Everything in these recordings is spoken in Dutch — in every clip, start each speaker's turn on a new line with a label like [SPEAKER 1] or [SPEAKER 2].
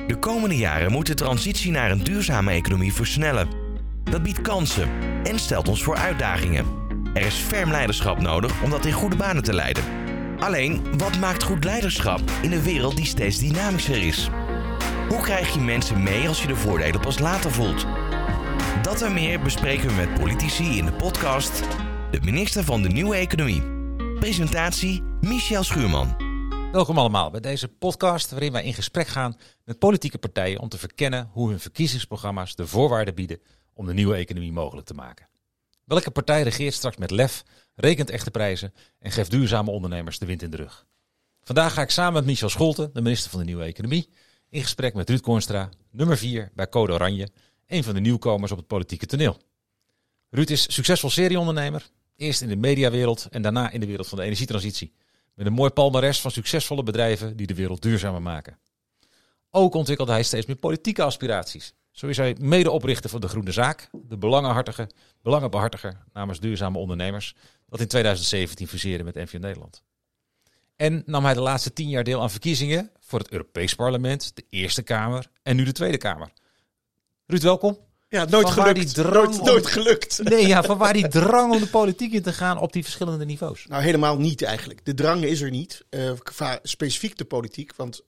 [SPEAKER 1] De komende jaren moet de transitie naar een duurzame economie versnellen. Dat biedt kansen en stelt ons voor uitdagingen. Er is ferm leiderschap nodig om dat in goede banen te leiden. Alleen, wat maakt goed leiderschap in een wereld die steeds dynamischer is? Hoe krijg je mensen mee als je de voordelen pas later voelt? Dat en meer bespreken we met politici in de podcast De Minister van de Nieuwe Economie. Presentatie Michel Schuurman.
[SPEAKER 2] Welkom allemaal bij deze podcast waarin wij in gesprek gaan met politieke partijen om te verkennen hoe hun verkiezingsprogramma's de voorwaarden bieden om de nieuwe economie mogelijk te maken. Welke partij regeert straks met lef, rekent echte prijzen en geeft duurzame ondernemers de wind in de rug? Vandaag ga ik samen met Michel Scholten, de minister van de Nieuwe Economie, in gesprek met Ruud Koornstra, nummer 4 bij Code Oranje, een van de nieuwkomers op het politieke toneel. Ruud is succesvol serieondernemer, eerst in de mediawereld en daarna in de wereld van de energietransitie. Met een mooi palmares van succesvolle bedrijven die de wereld duurzamer maken. Ook ontwikkelde hij steeds meer politieke aspiraties. Zo is hij medeoprichter van De Groene Zaak, de belangenbehartiger namens duurzame ondernemers, dat in 2017 fuseerde met NVO Nederland. En nam hij de laatste 10 jaar deel aan verkiezingen voor het Europees Parlement, de Eerste Kamer en nu de Tweede Kamer. Ruud, welkom.
[SPEAKER 3] Ja, nooit gelukt. Nooit gelukt.
[SPEAKER 2] Nee, ja, van waar die drang om de politiek in te gaan op die verschillende niveaus?
[SPEAKER 3] Nou, helemaal niet eigenlijk. De drang is er niet, specifiek de politiek. Want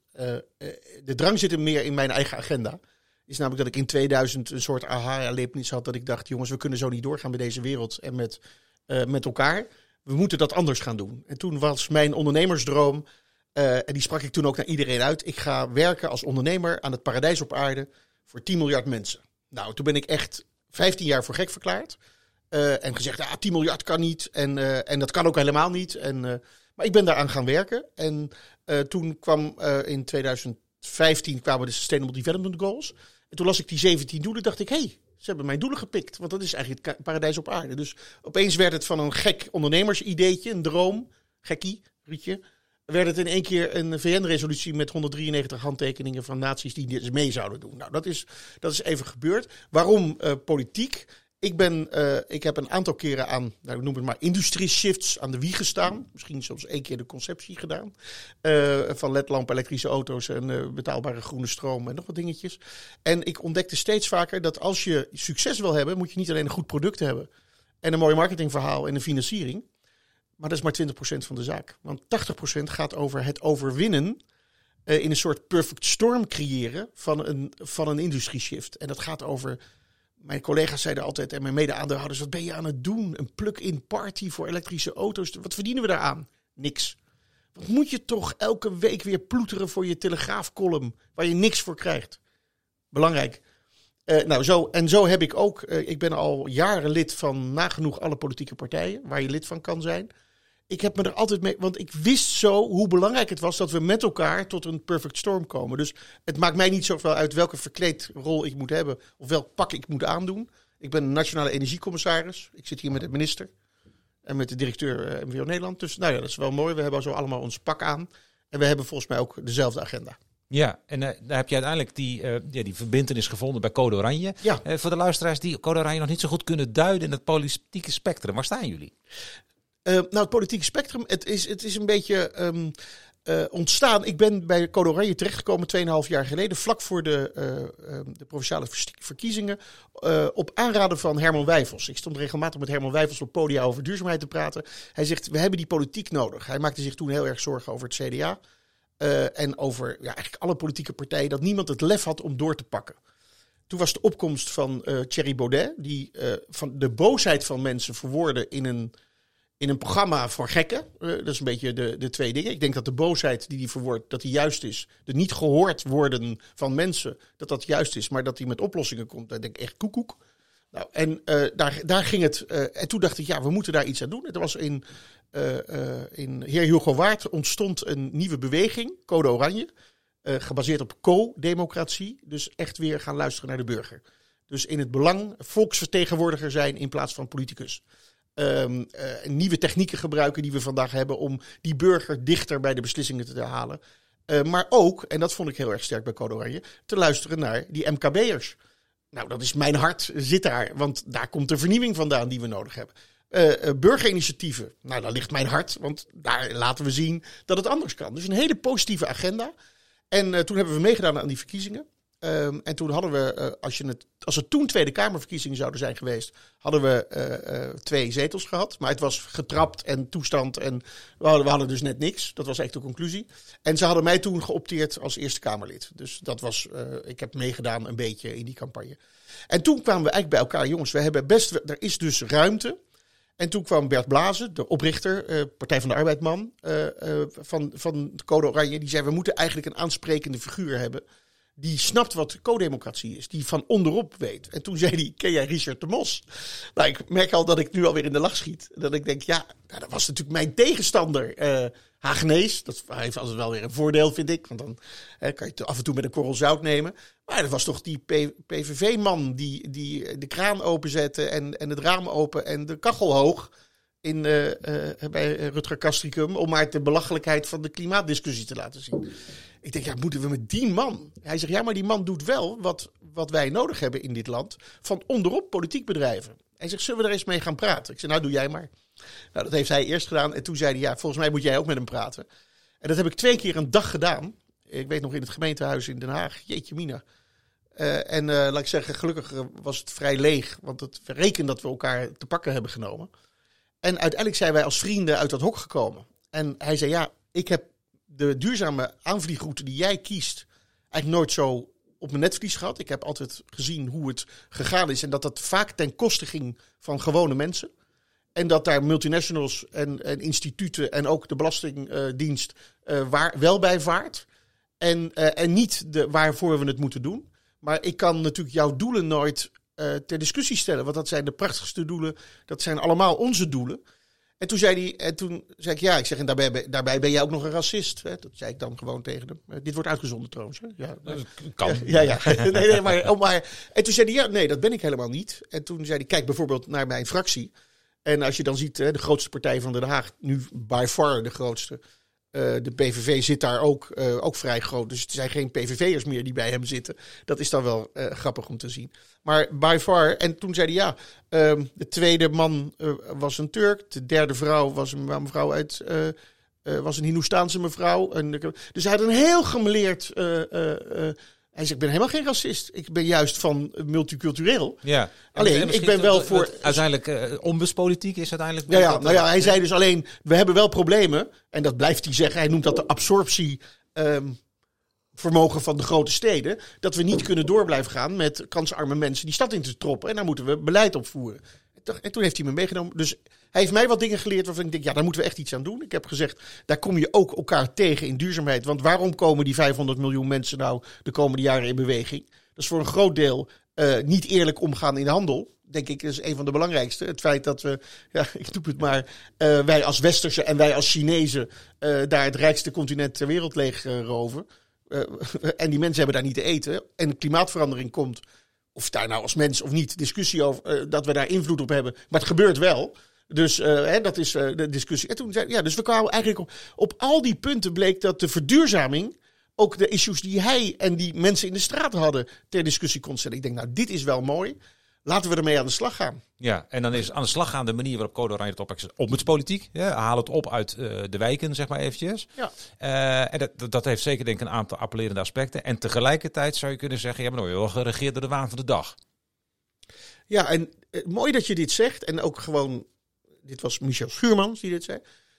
[SPEAKER 3] de drang zit er meer in mijn eigen agenda. Is namelijk dat ik in 2000 een soort aha-erlevenis had. Dat ik dacht, jongens, we kunnen zo niet doorgaan met deze wereld en met elkaar. We moeten dat anders gaan doen. En toen was mijn ondernemersdroom, en die sprak ik toen ook naar iedereen uit. Ik ga werken als ondernemer aan het paradijs op aarde voor 10 miljard mensen. Nou, toen ben ik echt 15 jaar voor gek verklaard. En gezegd, 10 miljard kan niet. En dat kan ook helemaal niet. Maar ik ben daaraan gaan werken. En toen kwam in 2015 kwamen de Sustainable Development Goals. En toen las ik die 17 doelen. Dacht ik, ze hebben mijn doelen gepikt. Want dat is eigenlijk het paradijs op aarde. Dus opeens werd het van een gek ondernemersideetje, een droom. Gekkie, Rietje. Werd het in één keer een VN-resolutie met 193 handtekeningen van naties die dit mee zouden doen. Nou, dat is even gebeurd. Waarom politiek? Ik heb een aantal keren aan, ik noem het maar, industrie shifts aan de wieg gestaan. Misschien zelfs 1 keer de conceptie gedaan. Van ledlampen, elektrische auto's en betaalbare groene stroom en nog wat dingetjes. En ik ontdekte steeds vaker dat als je succes wil hebben, moet je niet alleen een goed product hebben en een mooi marketingverhaal en een financiering. Maar dat is maar 20% van de zaak. Want 80% gaat over het overwinnen in een soort perfect storm creëren van een industrieshift. En dat gaat over, mijn collega's zeiden altijd en mijn mede-aandeelhouders, wat ben je aan het doen? Een plug-in party voor elektrische auto's. Wat verdienen we daaraan? Niks. Wat moet je toch elke week weer ploeteren voor je telegraafcolumn waar je niks voor krijgt? Belangrijk. Zo heb ik ook, ik ben al jaren lid van nagenoeg alle politieke partijen waar je lid van kan zijn. Ik heb me er altijd mee, want ik wist zo hoe belangrijk het was dat we met elkaar tot een perfect storm komen. Dus het maakt mij niet zoveel uit welke verkleedrol ik moet hebben of welk pak ik moet aandoen. Ik ben een nationale energiecommissaris. Ik zit hier met de minister en met de directeur NVO Nederland. Dus dat is wel mooi. We hebben zo allemaal ons pak aan en we hebben volgens mij ook dezelfde agenda.
[SPEAKER 2] Ja, en daar heb je uiteindelijk die verbintenis gevonden bij Code Oranje. Ja. Voor de luisteraars die Code Oranje nog niet zo goed kunnen duiden in het politieke spectrum, waar staan jullie?
[SPEAKER 3] Het politieke spectrum, het is een beetje ontstaan. Ik ben bij Code Oranje terechtgekomen 2,5 jaar geleden, vlak voor de provinciale verkiezingen, op aanraden van Herman Wijfels. Ik stond regelmatig met Herman Wijfels op podia over duurzaamheid te praten. Hij zegt, we hebben die politiek nodig. Hij maakte zich toen heel erg zorgen over het CDA. En over eigenlijk alle politieke partijen, dat niemand het lef had om door te pakken. Toen was de opkomst van Thierry Baudet, die van de boosheid van mensen verwoordde in een programma voor gekken. Dat is een beetje de twee dingen. Ik denk dat de boosheid die hij verwoordt, dat die juist is. De niet gehoord worden van mensen, dat juist is. Maar dat hij met oplossingen komt, dat denk ik echt koekoek. Nou, en daar ging het. En toen dacht ik, we moeten daar iets aan doen. Het was in Heer Hugo Waard ontstond een nieuwe beweging, Code Oranje. Gebaseerd op co-democratie. Dus echt weer gaan luisteren naar de burger. Dus in het belang volksvertegenwoordiger zijn in plaats van politicus. Nieuwe technieken gebruiken die we vandaag hebben om die burger dichter bij de beslissingen te halen. Maar ook, en dat vond ik heel erg sterk bij Code Oranje, te luisteren naar die MKB'ers. Nou, dat is mijn hart, zit daar. Want daar komt de vernieuwing vandaan die we nodig hebben. Burgerinitiatieven, nou, daar ligt mijn hart. Want daar laten we zien dat het anders kan. Dus een hele positieve agenda. En toen hebben we meegedaan aan die verkiezingen. En toen hadden we, als er toen Tweede Kamerverkiezingen zouden zijn geweest, hadden we 2 zetels gehad. Maar het was getrapt en toestand en we hadden dus net niks. Dat was echt de conclusie. En ze hadden mij toen geopteerd als Eerste Kamerlid. Dus dat was, ik heb meegedaan een beetje in die campagne. En toen kwamen we eigenlijk bij elkaar, jongens, er is dus ruimte. En toen kwam Bert Blazen, de oprichter, Partij van de Arbeidman van de Code Oranje. Die zei, we moeten eigenlijk een aansprekende figuur hebben. Die snapt wat co-democratie is. Die van onderop weet. En toen zei hij, ken jij Richard de Mos? Nou, ik merk al dat ik nu alweer in de lach schiet. Dat ik denk, dat was natuurlijk mijn tegenstander. Haagnees. Dat heeft altijd wel weer een voordeel, vind ik. Want dan kan je het af en toe met een korrel zout nemen. Maar dat was toch die PVV-man die de kraan openzette en het raam open en de kachel hoog bij Rutger Kastricum. Om maar de belachelijkheid van de klimaatdiscussie te laten zien. Ik denk, moeten we met die man? Hij zegt, maar die man doet wel wat wij nodig hebben in dit land. Van onderop politiek bedrijven. Hij zegt, zullen we er eens mee gaan praten? Ik zeg, doe jij maar. Nou, dat heeft hij eerst gedaan. En toen zei hij, volgens mij moet jij ook met hem praten. En dat heb ik 2 keer een dag gedaan. Ik weet nog in het gemeentehuis in Den Haag. Jeetje mina. Laat ik zeggen, gelukkig was het vrij leeg. Want het rekent dat we elkaar te pakken hebben genomen. En uiteindelijk zijn wij als vrienden uit dat hok gekomen. En hij zei, ik heb de duurzame aanvliegroute die jij kiest eigenlijk nooit zo op mijn netvlies gehad. Ik heb altijd gezien hoe het gegaan is en dat dat vaak ten koste ging van gewone mensen. En dat daar multinationals en instituten en ook de Belastingdienst wel bij vaart. En niet waarvoor we het moeten doen. Maar ik kan natuurlijk jouw doelen nooit ter discussie stellen. Want dat zijn de prachtigste doelen. Dat zijn allemaal onze doelen. En toen zei ik, en daarbij ben jij ook nog een racist. Hè? Dat zei ik dan gewoon tegen hem. Dit wordt uitgezonden trouwens. Hè? Ja,
[SPEAKER 2] dat kan.
[SPEAKER 3] Ja. Nee, maar. En toen zei hij, nee, dat ben ik helemaal niet. En toen zei hij, kijk bijvoorbeeld naar mijn fractie. En als je dan ziet, de grootste partij van Den Haag, nu by far de grootste. De PVV zit daar ook vrij groot. Dus het zijn geen PVV'ers meer die bij hem zitten. Dat is dan wel grappig om te zien. Maar by far. En toen zei hij de tweede man was een Turk. De derde vrouw was een mevrouw was een Hindoestaanse mevrouw. Dus hij had een heel gemeleerd. Hij zegt, ik ben helemaal geen racist. Ik ben juist van multicultureel. Ja. Alleen, ik ben wel voor.
[SPEAKER 2] Uiteindelijk, onbuspolitiek is uiteindelijk.
[SPEAKER 3] Hij zei dus alleen, we hebben wel problemen. En dat blijft hij zeggen. Hij noemt dat de absorptievermogen van de grote steden. Dat we niet kunnen door blijven gaan met kansarme mensen die stad in te troppen. En daar moeten we beleid op voeren. En toen heeft hij me meegenomen. Dus hij heeft mij wat dingen geleerd waarvan ik denk, daar moeten we echt iets aan doen. Ik heb gezegd, daar kom je ook elkaar tegen in duurzaamheid. Want waarom komen die 500 miljoen mensen nou de komende jaren in beweging? Dat is voor een groot deel niet eerlijk omgaan in de handel. Denk ik, is een van de belangrijkste. Het feit dat we, ik noem het maar, wij als Westerse en wij als Chinezen daar het rijkste continent ter wereld leeg roven. En die mensen hebben daar niet te eten. En klimaatverandering komt, of daar nou als mens of niet, discussie over dat we daar invloed op hebben. Maar het gebeurt wel. Dus dat is de discussie. En toen dus we kwamen eigenlijk op al die punten bleek dat de verduurzaming ook de issues die hij en die mensen in de straat hadden ter discussie kon stellen. Ik denk, dit is wel mooi. Laten we ermee aan de slag gaan.
[SPEAKER 2] Ja, en dan is aan de slag gaan de manier waarop Code Oranje het oppakt ombudspolitiek. Ja, haal het op uit de wijken, zeg maar eventjes. Ja. En dat heeft zeker denk ik een aantal appellerende aspecten. En tegelijkertijd zou je kunnen zeggen, maar wel geregeerd door de waan van de dag.
[SPEAKER 3] Ja, en mooi dat je dit zegt. En ook gewoon, dit was Michel Schuurmans die dit zei.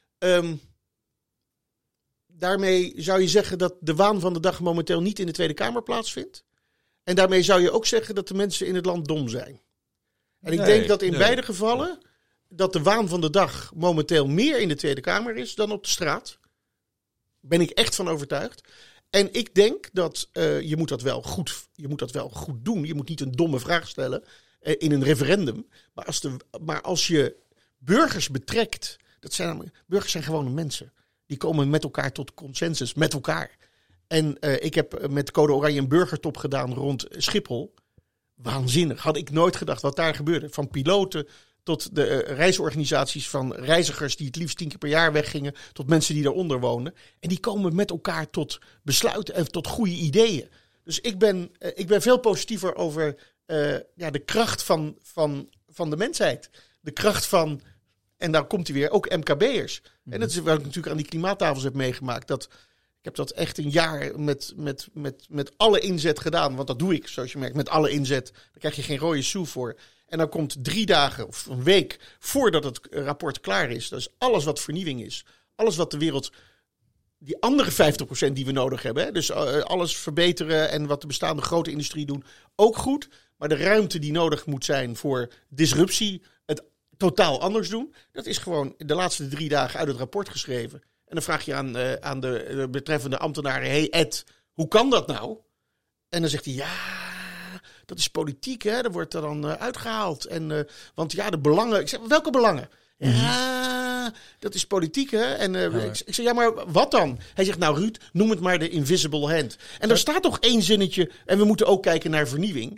[SPEAKER 3] Daarmee zou je zeggen dat de waan van de dag momenteel niet in de Tweede Kamer plaatsvindt. En daarmee zou je ook zeggen dat de mensen in het land dom zijn. En ik denk dat in beide gevallen dat de waan van de dag momenteel meer in de Tweede Kamer is dan op de straat. Ben ik echt van overtuigd. En ik denk dat je moet dat wel goed doen. Je moet niet een domme vraag stellen in een referendum. Maar als je burgers betrekt, burgers zijn gewone mensen. Die komen met elkaar tot consensus, met elkaar. En ik heb met Code Oranje een burgertop gedaan rond Schiphol. Waanzinnig. Had ik nooit gedacht wat daar gebeurde. Van piloten tot de reisorganisaties, van reizigers die het liefst 10 keer per jaar weggingen, tot mensen die daaronder wonen. En die komen met elkaar tot besluiten en tot goede ideeën. Dus ik ben veel positiever over de kracht van de mensheid. De kracht van, en daar komt hij weer, ook MKB'ers. En dat is wat ik natuurlijk aan die klimaattafels heb meegemaakt. Dat Ik heb dat echt een jaar met alle inzet gedaan. Want dat doe ik, zoals je merkt, met alle inzet. Daar krijg je geen rode sou voor. En dan komt 3 dagen of een week voordat het rapport klaar is. Dat is alles wat vernieuwing is. Alles wat de wereld, die andere 50% die we nodig hebben. Hè? Dus alles verbeteren en wat de bestaande grote industrie doen. Ook goed. Maar de ruimte die nodig moet zijn voor disruptie, het totaal anders doen. Dat is gewoon de laatste 3 dagen uit het rapport geschreven. En dan vraag je aan de betreffende ambtenaren, hey Ed, hoe kan dat nou? En dan zegt hij, ja, dat is politiek, hè? Dat wordt er dan uitgehaald. En, want ja, de belangen. Ik zeg, welke belangen? Ja, dat is politiek, hè? En ik zeg, ja, maar wat dan? Hij zegt, nou Ruud, noem het maar de invisible hand. En daar staat toch 1 zinnetje. En we moeten ook kijken naar vernieuwing.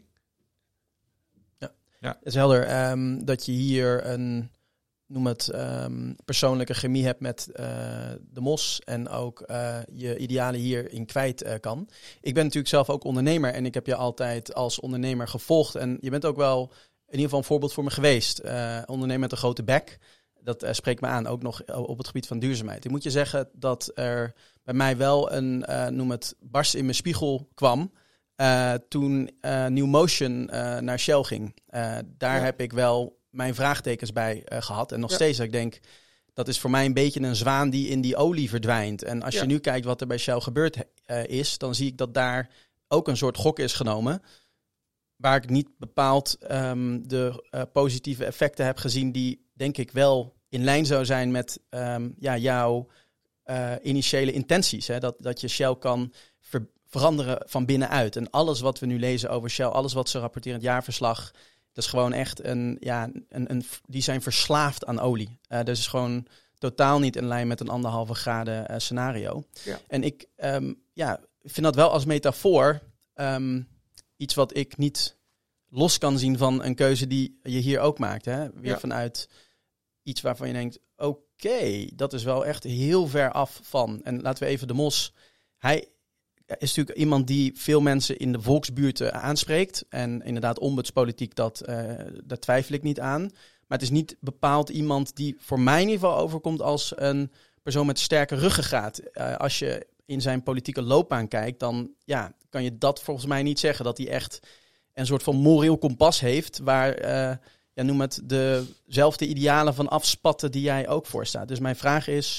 [SPEAKER 4] Ja. Het is helder dat je hier een, noem het, persoonlijke chemie hebt met de mos en ook je idealen hierin kwijt kan. Ik ben natuurlijk zelf ook ondernemer en ik heb je altijd als ondernemer gevolgd. En je bent ook wel in ieder geval een voorbeeld voor me geweest. Ondernemer met een grote bek. Dat spreekt me aan, ook nog op het gebied van duurzaamheid. Ik moet je zeggen dat er bij mij wel een, noem het, barst in mijn spiegel kwam. Toen New Motion naar Shell ging. Daar heb ik wel mijn vraagtekens bij gehad. En nog steeds dat ik denk, dat is voor mij een beetje een zwaan die in die olie verdwijnt. En als je nu kijkt wat er bij Shell gebeurd is, dan zie ik dat daar ook een soort gok is genomen. Waar ik niet bepaald de positieve effecten heb gezien die denk ik wel in lijn zou zijn met jouw initiële intenties. Hè? Dat je Shell kan veranderen van binnenuit. En alles wat we nu lezen over Shell, alles wat ze rapporteren in het jaarverslag, dat is gewoon echt die zijn verslaafd aan olie. Dat is gewoon totaal niet in lijn met een 1,5 graden scenario. Ja. En ik vind dat wel als metafoor iets wat ik niet los kan zien van een keuze die je hier ook maakt. Hè? Weer vanuit iets waarvan je denkt, oké, dat is wel echt heel ver af van. En laten we even de mos. Hij is natuurlijk iemand die veel mensen in de volksbuurten aanspreekt. En inderdaad, ombudspolitiek, daar twijfel ik niet aan. Maar het is niet bepaald iemand die voor mij in ieder geval overkomt als een persoon met sterke ruggengraat. Als je in zijn politieke loopbaan kijkt, dan kan je dat volgens mij niet zeggen. Dat hij echt een soort van moreel kompas heeft, waar, noem het, dezelfde idealen van afspatten die jij ook voor staat. Dus mijn vraag is,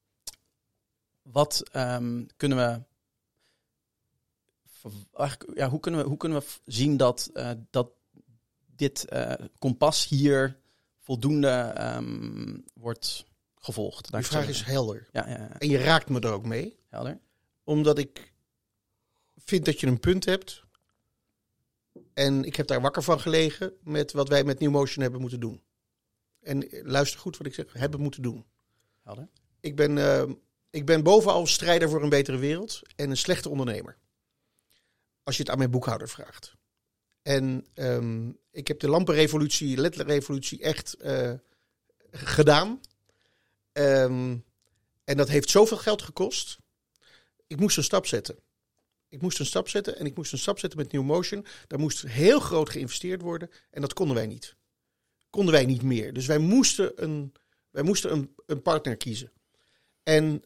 [SPEAKER 4] wat kunnen we... hoe kunnen we zien dat dit kompas hier voldoende wordt gevolgd?
[SPEAKER 3] Die vraag is helder.
[SPEAKER 4] Ja.
[SPEAKER 3] En je raakt me er ook mee.
[SPEAKER 4] Helder.
[SPEAKER 3] Omdat ik vind dat je een punt hebt. En ik heb daar wakker van gelegen met wat wij met New Motion hebben moeten doen. En luister goed wat ik zeg, hebben moeten doen.
[SPEAKER 4] Helder.
[SPEAKER 3] Ik ben bovenal strijder voor een betere wereld en een slechte ondernemer. Als je het aan mijn boekhouder vraagt. En ik heb de lampenrevolutie, LED-revolutie echt gedaan. En dat heeft zoveel geld gekost. Ik moest een stap zetten. En ik moest een stap zetten met New Motion. Daar moest heel groot geïnvesteerd worden. En dat konden wij niet. Konden wij niet meer. Dus wij moesten een partner kiezen. En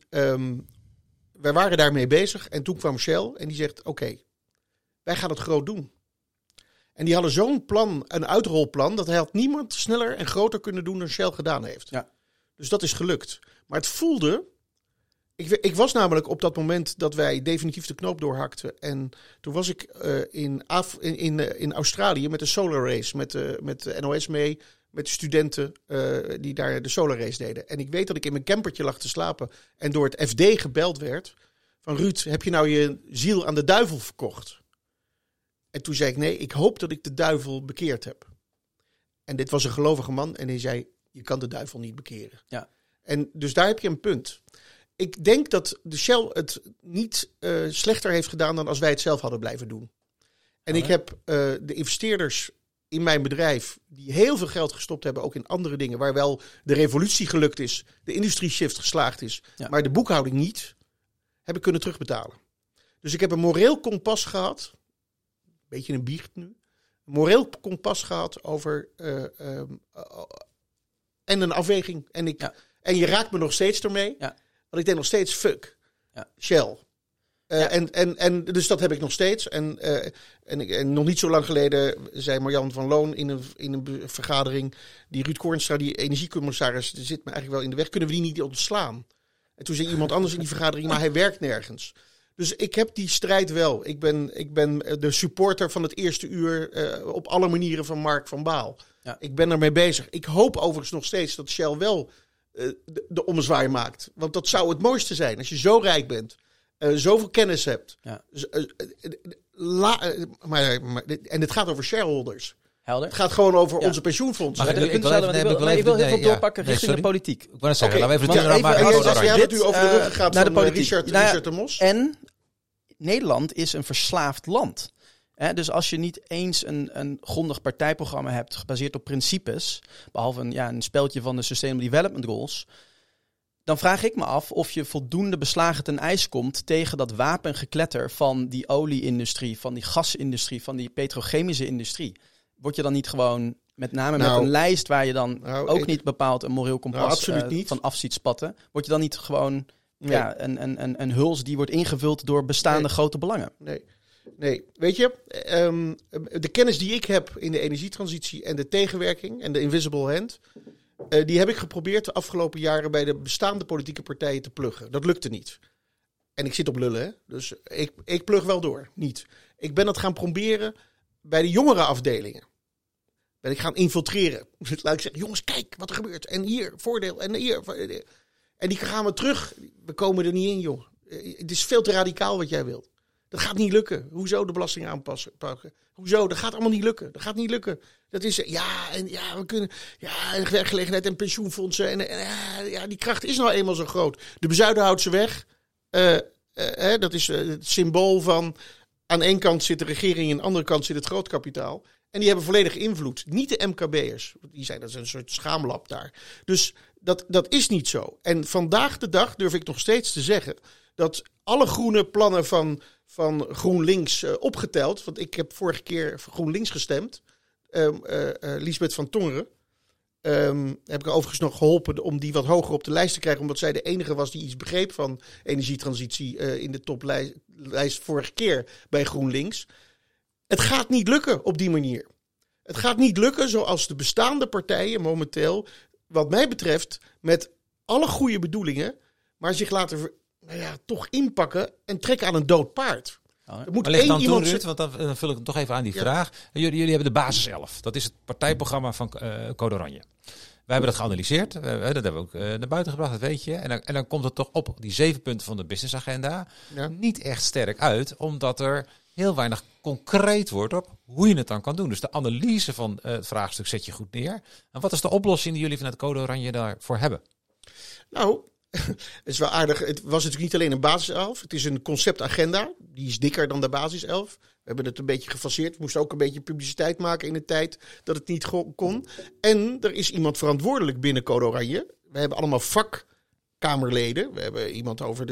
[SPEAKER 3] wij waren daarmee bezig. En toen kwam Shell en die zegt, oké, wij gaan het groot doen. En die hadden zo'n plan, een uitrolplan, dat had niemand sneller en groter kunnen doen dan Shell gedaan heeft. Ja. Dus dat is gelukt. Maar het voelde... Ik was namelijk op dat moment dat wij definitief de knoop doorhakten. En toen was ik in Australië met de Solar Race, met de NOS mee, met de studenten die daar de Solar Race deden. En ik weet dat ik in mijn campertje lag te slapen en door het FD gebeld werd van Ruud, heb je nou je ziel aan de duivel verkocht? En toen zei ik, nee, ik hoop dat ik de duivel bekeerd heb. En dit was een gelovige man en hij zei, je kan de duivel niet bekeren. Ja. En dus daar heb je een punt. Ik denk dat de Shell het niet slechter heeft gedaan dan als wij het zelf hadden blijven doen. En ik heb de investeerders in mijn bedrijf die heel veel geld gestopt hebben, ook in andere dingen, waar wel de revolutie gelukt is, de industrie-shift geslaagd is, maar de boekhouding niet, heb ik kunnen terugbetalen. Dus ik heb een moreel kompas gehad, een beetje een biecht nu, een moreel kompas gehad over en een afweging. En je raakt me nog steeds ermee. Ja. Want ik denk nog steeds, fuck.
[SPEAKER 4] Ja.
[SPEAKER 3] Shell. En dus dat heb ik nog steeds. En nog niet zo lang geleden zei Marjan van Loon in een vergadering, die Ruud Koornstra, die energiecommissaris, zit me eigenlijk wel in de weg. Kunnen we die niet ontslaan? En toen zei iemand anders in die vergadering, maar hij werkt nergens. Dus ik heb die strijd wel. Ik ben de supporter van het eerste uur op alle manieren van Mark van Baal. Ja. Ik ben ermee bezig. Ik hoop overigens nog steeds dat Shell wel de ommezwaai maakt. Want dat zou het mooiste zijn. Als je zo rijk bent, zoveel kennis hebt. Ja. En het gaat over shareholders. Helder. Het gaat gewoon over onze pensioenfondsen.
[SPEAKER 4] Maar ik wil heel veel doorpakken richting de politiek.
[SPEAKER 2] Ik wou net zeggen, laten we even het maken.
[SPEAKER 3] Jij dat u over de rug gaat naar de politiek. Richard de Mos.
[SPEAKER 4] En Nederland is een verslaafd land. Dus als je niet eens een grondig partijprogramma hebt gebaseerd op principes, behalve een speldje van de Sustainable Development Goals, dan vraag ik me af of je voldoende beslagen ten ijs komt tegen dat wapengekletter van die olie-industrie, van die gasindustrie, van die petrochemische industrie. Word je dan niet gewoon, met name met een lijst waar je dan niet bepaald een moreel kompas van af ziet spatten, word je dan niet gewoon een huls die wordt ingevuld door bestaande grote belangen?
[SPEAKER 3] Nee, weet je, de kennis die ik heb in de energietransitie en de tegenwerking en de invisible hand, die heb ik geprobeerd de afgelopen jaren bij de bestaande politieke partijen te pluggen. Dat lukte niet. En ik zit op lullen, hè? Dus ik plug wel door, niet. Ik ben dat gaan proberen bij de jongere afdelingen. Ben ik gaan infiltreren. Laat ik zeggen, jongens, kijk wat er gebeurt. En hier, voordeel, en hier. En die gaan we terug. We komen er niet in, joh. Het is veel te radicaal wat jij wilt. Dat gaat niet lukken. Hoezo de belasting aanpassen? Hoezo? Dat gaat allemaal niet lukken. Dat gaat niet lukken. Dat is, we kunnen, werkgelegenheid en pensioenfondsen. En die kracht is nou eenmaal zo groot. De Bezuidenhoutse weg, dat is het symbool van, aan één kant zit de regering, aan de andere kant zit het grootkapitaal. En die hebben volledige invloed. Niet de MKB'ers. Die zijn, dat is een soort schaamlab daar. Dus dat is niet zo. En vandaag de dag durf ik nog steeds te zeggen dat alle groene plannen van GroenLinks opgeteld. Want ik heb vorige keer voor GroenLinks gestemd. Liesbeth van Tongeren. Heb ik overigens nog geholpen om die wat hoger op de lijst te krijgen. Omdat zij de enige was die iets begreep van energietransitie in de toplijst vorige keer bij GroenLinks. Het gaat niet lukken op die manier. Het gaat niet lukken zoals de bestaande partijen momenteel, wat mij betreft, met alle goede bedoelingen, maar zich laten toch inpakken en trekken aan een dood paard.
[SPEAKER 2] Er moet maar leg dan toe, Ruud, want dan vul ik hem toch even aan die vraag. Jullie hebben de basis 11. Dat is het partijprogramma van Code Oranje. Wij hebben dat geanalyseerd. Dat hebben we ook naar buiten gebracht, dat weet je. En dan komt het toch op die 7 punten van de businessagenda niet echt sterk uit, omdat er heel weinig concreet wordt op hoe je het dan kan doen. Dus de analyse van het vraagstuk zet je goed neer. En wat is de oplossing die jullie vanuit Code Oranje daarvoor hebben?
[SPEAKER 3] Nou, het is wel aardig. Het was natuurlijk niet alleen een basis 11. Het is een conceptagenda. Die is dikker dan de basis 11. We hebben het een beetje gefaseerd. We moesten ook een beetje publiciteit maken in de tijd dat het niet kon. En er is iemand verantwoordelijk binnen Code Oranje. We hebben allemaal vakkamerleden. We hebben iemand over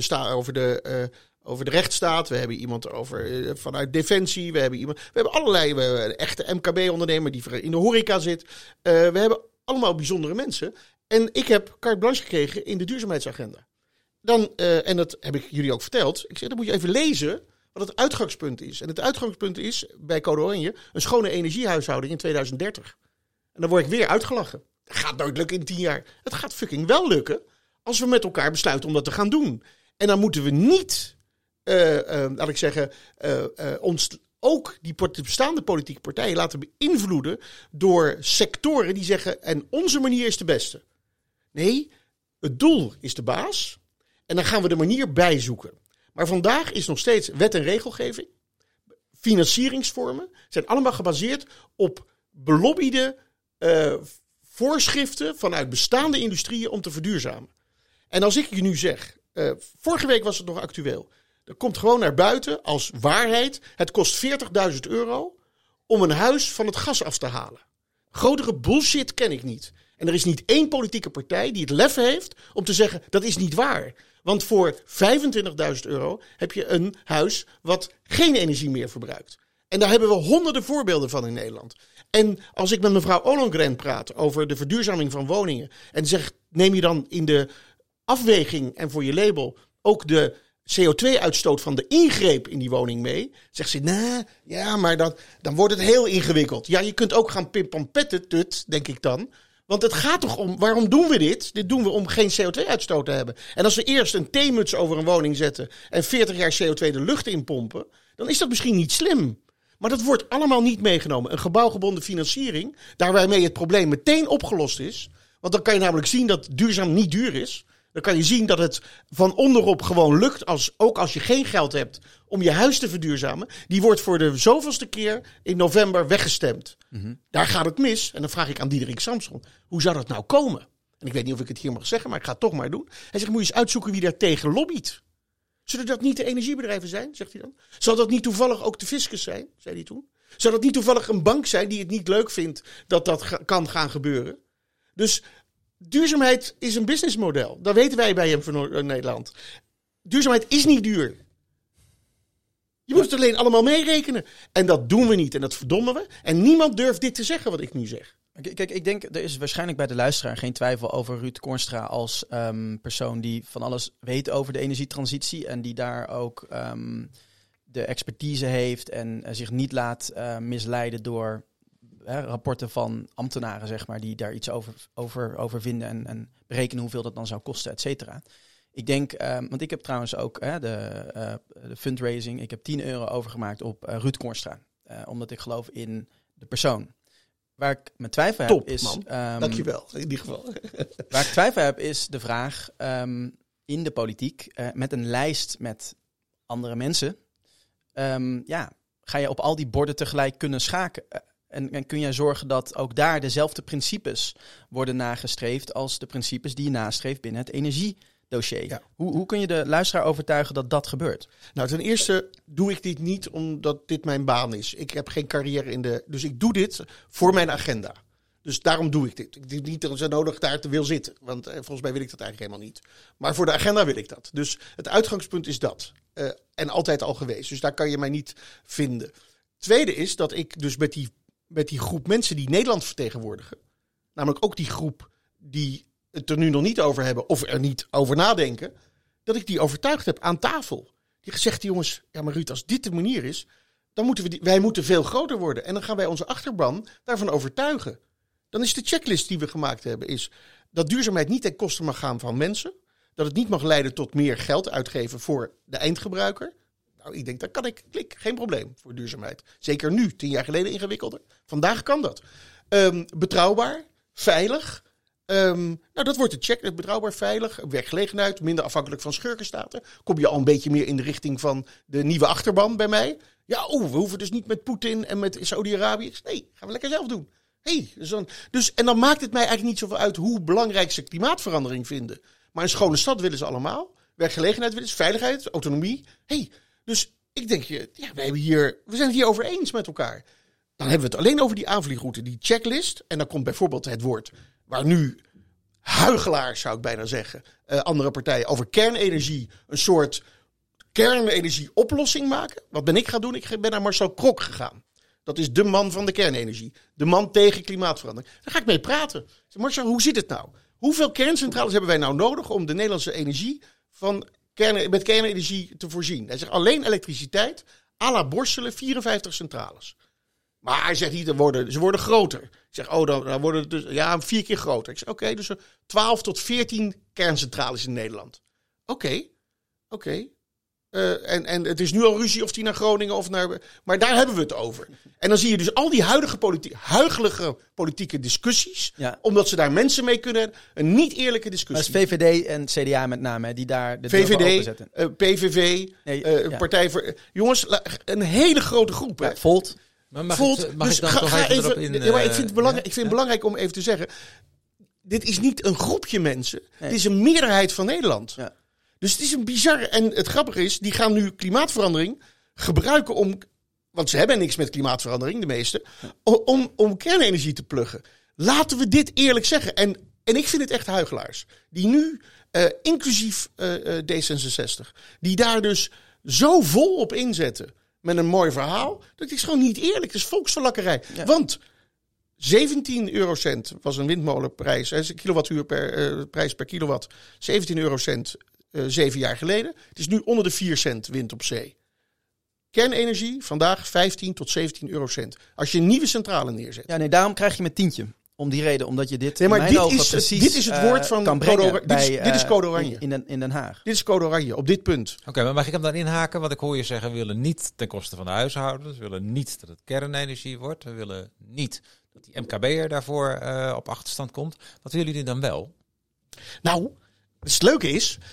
[SPEAKER 3] de rechtsstaat. We hebben iemand vanuit Defensie. We hebben allerlei. We hebben een echte MKB-ondernemer die in de horeca zit. We hebben allemaal bijzondere mensen. En ik heb carte blanche gekregen in de duurzaamheidsagenda. En dat heb ik jullie ook verteld. Ik zeg, dan moet je even lezen wat het uitgangspunt is. En het uitgangspunt is bij Code Oranje een schone energiehuishouding in 2030. En dan word ik weer uitgelachen. Dat gaat nooit lukken in 10 jaar. Het gaat fucking wel lukken als we met elkaar besluiten om dat te gaan doen. En dan moeten we niet, laat ik zeggen, ons ook die bestaande politieke partijen laten beïnvloeden door sectoren die zeggen, en onze manier is de beste. Nee, het doel is de baas. En dan gaan we de manier bijzoeken. Maar vandaag is nog steeds wet en regelgeving. Financieringsvormen zijn allemaal gebaseerd op belobbede voorschriften vanuit bestaande industrieën om te verduurzamen. En als ik je nu zeg, vorige week was het nog actueel. Er komt gewoon naar buiten als waarheid. Het kost €40.000 om een huis van het gas af te halen. Grotere bullshit ken ik niet. En er is niet één politieke partij die het lef heeft om te zeggen dat is niet waar. Want voor €25.000 heb je een huis wat geen energie meer verbruikt. En daar hebben we honderden voorbeelden van in Nederland. En als ik met mevrouw Ollongren praat over de verduurzaming van woningen en zeg, neem je dan in de afweging en voor je label ook de CO2-uitstoot van de ingreep in die woning mee. Zegt ze, maar dan wordt het heel ingewikkeld. Ja, je kunt ook gaan pimpampetten, denk ik dan. Want het gaat toch om, waarom doen we dit? Dit doen we om geen CO2-uitstoot te hebben. En als we eerst een theemuts over een woning zetten en 40 jaar CO2 de lucht inpompen, dan is dat misschien niet slim. Maar dat wordt allemaal niet meegenomen. Een gebouwgebonden financiering, daar waarmee het probleem meteen opgelost is. Want dan kan je namelijk zien dat duurzaam niet duur is. Dan kan je zien dat het van onderop gewoon lukt, ook als je geen geld hebt om je huis te verduurzamen. Die wordt voor de zoveelste keer in november weggestemd. Mm-hmm. Daar gaat het mis. En dan vraag ik aan Diederik Samson, hoe zou dat nou komen? En ik weet niet of ik het hier mag zeggen, maar ik ga het toch maar doen. Hij zegt, moet je eens uitzoeken wie daar tegen lobbyt. Zullen dat niet de energiebedrijven zijn, zegt hij dan? Zal dat niet toevallig ook de fiscus zijn, zei hij toen? Zou dat niet toevallig een bank zijn die het niet leuk vindt dat dat kan gaan gebeuren? Dus duurzaamheid is een businessmodel. Dat weten wij bij hem van Nederland. Duurzaamheid is niet duur. Je moet het alleen allemaal meerekenen. En dat doen we niet en dat verdommen we. En niemand durft dit te zeggen wat ik nu zeg.
[SPEAKER 4] Kijk, ik denk, er is waarschijnlijk bij de luisteraar geen twijfel over Ruud Koornstra als persoon die van alles weet over de energietransitie. En die daar ook de expertise heeft en zich niet laat misleiden door rapporten van ambtenaren, zeg maar, die daar iets over vinden en berekenen hoeveel dat dan zou kosten, et cetera. Ik denk, want ik heb trouwens ook de fundraising, ik heb €10 overgemaakt op Ruud Koornstra. Omdat ik geloof in de persoon. Waar ik mijn twijfel heb is...
[SPEAKER 3] Dankjewel, in ieder geval.
[SPEAKER 4] Waar ik twijfel heb is de vraag in de politiek, met een lijst met andere mensen, ga je op al die borden tegelijk kunnen schaken. En kun jij zorgen dat ook daar dezelfde principes worden nagestreefd als de principes die je nastreeft binnen het energiedossier. Ja. Hoe kun je de luisteraar overtuigen dat dat gebeurt? Nou,
[SPEAKER 3] ten eerste doe ik dit niet omdat dit mijn baan is. Ik heb geen carrière dus ik doe dit voor mijn agenda. Dus daarom doe ik dit. Ik doe niet zo nodig daar te wil zitten. Want volgens mij wil ik dat eigenlijk helemaal niet. Maar voor de agenda wil ik dat. Dus het uitgangspunt is dat. En altijd al geweest. Dus daar kan je mij niet vinden. Tweede is dat ik dus met die groep mensen die Nederland vertegenwoordigen, namelijk ook die groep die het er nu nog niet over hebben of er niet over nadenken, dat ik die overtuigd heb aan tafel. Die gezegd, jongens, ja maar Ruud, als dit de manier is, dan moeten wij moeten veel groter worden. En dan gaan wij onze achterban daarvan overtuigen. Dan is de checklist die we gemaakt hebben, is dat duurzaamheid niet ten koste mag gaan van mensen. Dat het niet mag leiden tot meer geld uitgeven voor de eindgebruiker. Nou, ik denk, daar kan ik, geen probleem voor duurzaamheid. Zeker nu, 10 jaar geleden ingewikkelder. Vandaag kan dat. Betrouwbaar, veilig. Dat wordt de check. Betrouwbaar, veilig, werkgelegenheid, minder afhankelijk van schurkenstaten. Kom je al een beetje meer in de richting van de nieuwe achterban bij mij. Ja, we hoeven dus niet met Poetin en met Saudi-Arabië. Nee, gaan we lekker zelf doen. En dan maakt het mij eigenlijk niet zoveel uit hoe belangrijk ze klimaatverandering vinden. Maar een schone stad willen ze allemaal. Werkgelegenheid willen ze, veiligheid, autonomie. Dus ik denk, we zijn het hier over eens met elkaar. Dan hebben we het alleen over die aanvliegroute, die checklist. En dan komt bijvoorbeeld het woord waar nu huigelaars, zou ik bijna zeggen, andere partijen over kernenergie, een soort kernenergieoplossing maken. Wat ben ik gaan doen? Ik ben naar Marcel Krok gegaan. Dat is de man van de kernenergie. De man tegen klimaatverandering. Daar ga ik mee praten. Ik zeg, Marcel, hoe zit het nou? Hoeveel kerncentrales hebben wij nou nodig om de Nederlandse energie met kernenergie te voorzien? Hij zegt, alleen elektriciteit, à la Borselen, 54 centrales. Maar hij zegt niet, ze worden groter. Ik zeg, dan worden het dus 4 keer groter. Ik zeg, oké, dus 12 tot 14 kerncentrales in Nederland. Oké. En het is nu al ruzie of die naar Groningen of naar... Maar daar hebben we het over. En dan zie je dus al die huigelige politieke discussies. Ja. Omdat ze daar mensen mee kunnen. Een niet eerlijke discussie.
[SPEAKER 4] Dat is VVD en CDA met name, die daar de
[SPEAKER 3] VVD, PVV, Partij voor... Jongens, een hele grote groep.
[SPEAKER 4] Ja, Volt.
[SPEAKER 2] Maar mag ik dan toch even erop in...
[SPEAKER 3] maar ik vind het belangrijk om even te zeggen... Dit is niet een groepje mensen. Nee. Het is een meerderheid van Nederland. Ja. Dus het is een bizarre... En het grappige is, die gaan nu klimaatverandering gebruiken om... Want ze hebben niks met klimaatverandering, de meeste. Om kernenergie te pluggen. Laten we dit eerlijk zeggen. En ik vind het echt huigelaars. Die nu, inclusief D66... Die daar dus zo vol op inzetten... Met een mooi verhaal. Dat is gewoon niet eerlijk. Dat is volksverlakkerij. Ja. Want 17 eurocent was een windmolenprijs. Een kilowattuur prijs per kilowatt. 17 eurocent 7 jaar geleden. Het is nu onder de 4 cent wind op zee. Kernenergie vandaag 15 tot 17 eurocent. Als je een nieuwe centrale neerzet.
[SPEAKER 4] Ja, nee, daarom krijg je met tientje. Om die reden, omdat je dit
[SPEAKER 3] Nee, maar
[SPEAKER 4] in mijn ogen precies
[SPEAKER 3] dit is het woord van
[SPEAKER 4] kan brengen
[SPEAKER 3] code,
[SPEAKER 4] bij,
[SPEAKER 3] dit is code oranje.
[SPEAKER 4] In Den Haag.
[SPEAKER 3] Dit is code oranje, op dit punt.
[SPEAKER 2] Oké, maar mag ik hem dan inhaken? Want ik hoor je zeggen, we willen niet ten koste van de huishoudens. We willen niet dat het kernenergie wordt. We willen niet dat die MKB'er daarvoor op achterstand komt. Wat willen jullie dan wel?
[SPEAKER 3] Nou, het leuke is, 80%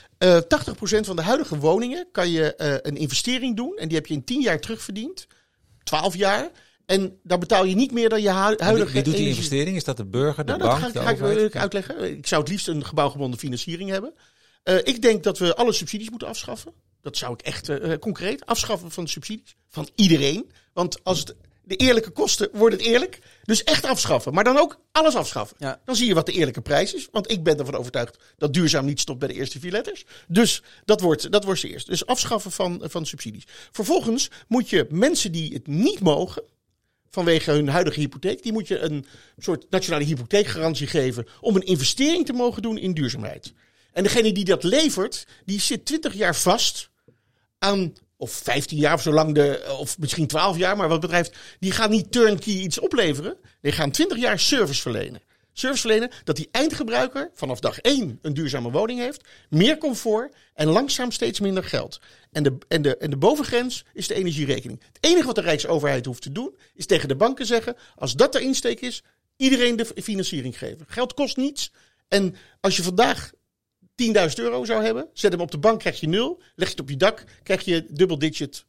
[SPEAKER 3] van de huidige woningen kan je een investering doen. En die heb je in 10 jaar terugverdiend. 12 jaar. En daar betaal je niet meer dan je huidige...
[SPEAKER 2] Wie doet die investering? Is dat de burger, de
[SPEAKER 3] Nou,
[SPEAKER 2] bank,
[SPEAKER 3] dat
[SPEAKER 2] de
[SPEAKER 3] ga
[SPEAKER 2] overheid?
[SPEAKER 3] ik uitleggen. Ik zou het liefst een gebouwgebonden financiering hebben. Ik denk dat we alle subsidies moeten afschaffen. Dat zou ik echt concreet afschaffen van de subsidies. Van iedereen. Want als het de eerlijke kosten, wordt het eerlijk. Dus echt afschaffen. Maar dan ook alles afschaffen.
[SPEAKER 4] Ja.
[SPEAKER 3] Dan zie je wat de eerlijke prijs is. Want ik ben ervan overtuigd dat duurzaam niet stopt bij de eerste 4 letters. Dus dat wordt ze eerst. Dus afschaffen van subsidies. Vervolgens moet je mensen die het niet mogen, vanwege hun huidige hypotheek, die moet je een soort nationale hypotheekgarantie geven om een investering te mogen doen in duurzaamheid. En degene die dat levert, die zit 20 jaar vast aan, of 15 jaar of zolang of misschien 12 jaar, maar wat betreft, die gaan niet turnkey iets opleveren. Die gaan 20 jaar service verlenen. Service verlenen dat die eindgebruiker vanaf dag 1 een duurzame woning heeft, meer comfort en langzaam steeds minder geld. En de bovengrens is de energierekening. Het enige wat de Rijksoverheid hoeft te doen, is tegen de banken zeggen, als dat de insteek is, iedereen de financiering geven. Geld kost niets. En als je vandaag 10.000 euro zou hebben, zet hem op de bank, krijg je 0. Leg je het op je dak, krijg je dubbel digit.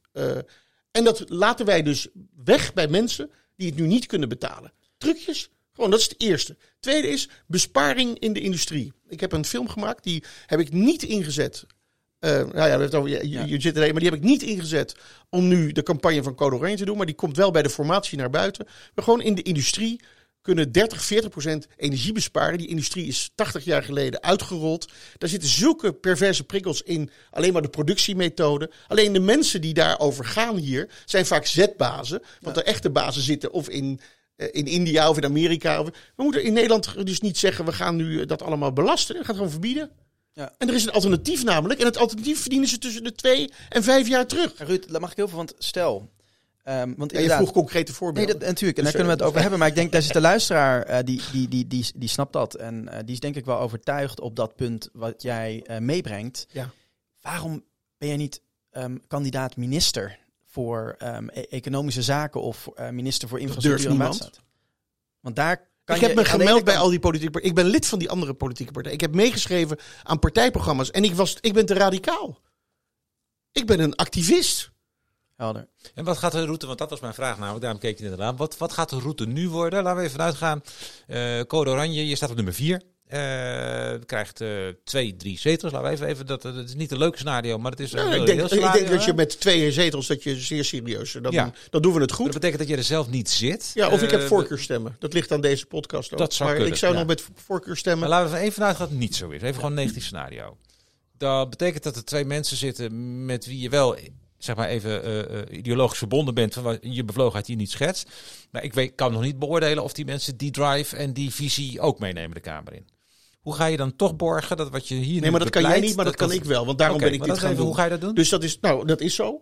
[SPEAKER 3] En dat laten wij dus weg bij mensen die het nu niet kunnen betalen. Trucjes, gewoon, dat is het eerste. Tweede is besparing in de industrie. Ik heb een film gemaakt, die heb ik niet ingezet. We hebben het over je zit erin, maar die heb ik niet ingezet om nu de campagne van Code Oranje te doen. Maar die komt wel bij de formatie naar buiten. Maar gewoon in de industrie kunnen 30-40% energie besparen. Die industrie is 80 jaar geleden uitgerold. Daar zitten zulke perverse prikkels in. Alleen maar de productiemethode. Alleen de mensen die daarover gaan hier zijn vaak zetbazen. Want de echte bazen zitten of in India of in Amerika. We moeten in Nederland dus niet zeggen, we gaan nu dat allemaal belasten. We gaan het gewoon verbieden. Ja. En er is een alternatief namelijk. En het alternatief verdienen ze tussen de 2 en 5 jaar terug.
[SPEAKER 4] Ruud, daar mag ik heel veel van stel. Want
[SPEAKER 3] je vroeg concrete voorbeelden.
[SPEAKER 4] Nee, natuurlijk. En daar kunnen we het over hebben. Maar ik denk, daar zit de luisteraar, die snapt dat. En die is denk ik wel overtuigd op dat punt wat jij meebrengt. Ja. Waarom ben jij niet kandidaat minister voor economische zaken of minister voor infrastructuur en waterstaat? Want daar
[SPEAKER 3] ik heb me gemeld bij al die politieke partijen. Ik ben lid van die andere politieke partijen. Ik heb meegeschreven aan partijprogramma's. En ik ben te radicaal. Ik ben een activist.
[SPEAKER 4] Helder.
[SPEAKER 2] En wat gaat de route, want dat was mijn vraag namelijk, daarom keek je inderdaad. Wat gaat de route nu worden? Laten we even uitgaan. Code Oranje, je staat op nummer 4. Krijgt 2-3 zetels. Laten we even dat is niet een leuk scenario, maar het is een heel scenario.
[SPEAKER 3] Ik denk dat je met 2 zetels, dat je zeer serieus, dan doen we het goed.
[SPEAKER 2] Dat betekent dat je er zelf niet zit.
[SPEAKER 3] Ja, of ik heb voorkeurstemmen. Dat ligt aan deze podcast ook.
[SPEAKER 2] Dat zou kunnen,
[SPEAKER 3] ik zou nog met voorkeurstemmen.
[SPEAKER 2] Maar laten we even vanuit dat het niet zo is. Even gewoon een negatief scenario. Dat betekent dat er 2 mensen zitten met wie je wel, zeg maar even ideologisch verbonden bent, van je bevlogenheid hier niet schetst. Maar ik kan nog niet beoordelen of die mensen die drive en die visie ook meenemen de Kamer in. Hoe ga je dan toch borgen dat wat je hier
[SPEAKER 3] Nee, maar dat kan jij niet, maar dat kan ik wel. Want daarom ben ik dit gaan doen.
[SPEAKER 2] Hoe ga je dat doen?
[SPEAKER 3] Dus dat is zo.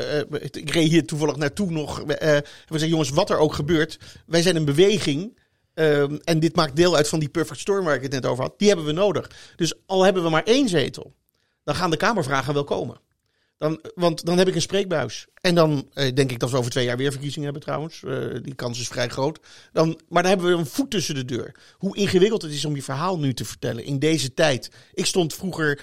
[SPEAKER 3] Ik reed hier toevallig naartoe nog. We zeggen, jongens, wat er ook gebeurt. Wij zijn een beweging. En dit maakt deel uit van die perfect storm waar ik het net over had. Die hebben we nodig. Dus al hebben we maar 1 zetel, dan gaan de Kamervragen wel komen. Want dan heb ik een spreekbuis. En dan denk ik dat we over 2 jaar weer verkiezingen hebben trouwens. Die kans is vrij groot. Maar dan hebben we een voet tussen de deur. Hoe ingewikkeld het is om je verhaal nu te vertellen in deze tijd. Ik stond vroeger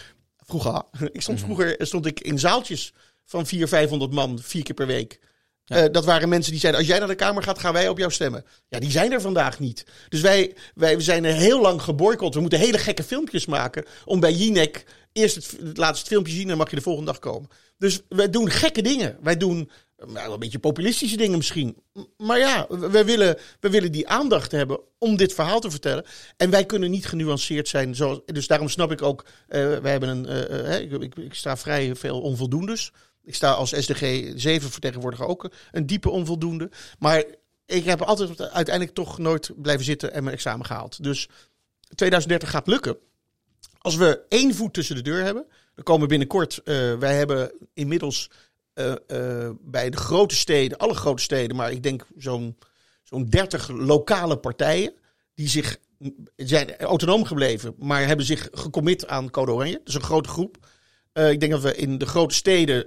[SPEAKER 3] in zaaltjes van 400-500 man 4 keer per week. Ja. Dat waren mensen die zeiden, als jij naar de Kamer gaat, gaan wij op jou stemmen. Ja, die zijn er vandaag niet. Dus wij zijn er heel lang geboycott. We moeten hele gekke filmpjes maken om bij Jinek eerst het laatste filmpje zien en dan mag je de volgende dag komen. Dus wij doen gekke dingen. Wij doen een beetje populistische dingen misschien. Maar ja, we willen die aandacht hebben om dit verhaal te vertellen. En wij kunnen niet genuanceerd zijn. Dus daarom snap ik ook, wij hebben ik sta vrij veel onvoldoendes. Ik sta als SDG 7 vertegenwoordiger ook een diepe onvoldoende. Maar ik heb altijd uiteindelijk toch nooit blijven zitten en mijn examen gehaald. Dus 2030 gaat lukken. Als we 1 voet tussen de deur hebben, Er komen binnenkort, wij hebben inmiddels bij de grote steden, alle grote steden, maar ik denk zo'n 30 lokale partijen die zijn autonoom gebleven, maar hebben zich gecommit aan Code Oranje. Dus een grote groep. Ik denk dat we in de grote steden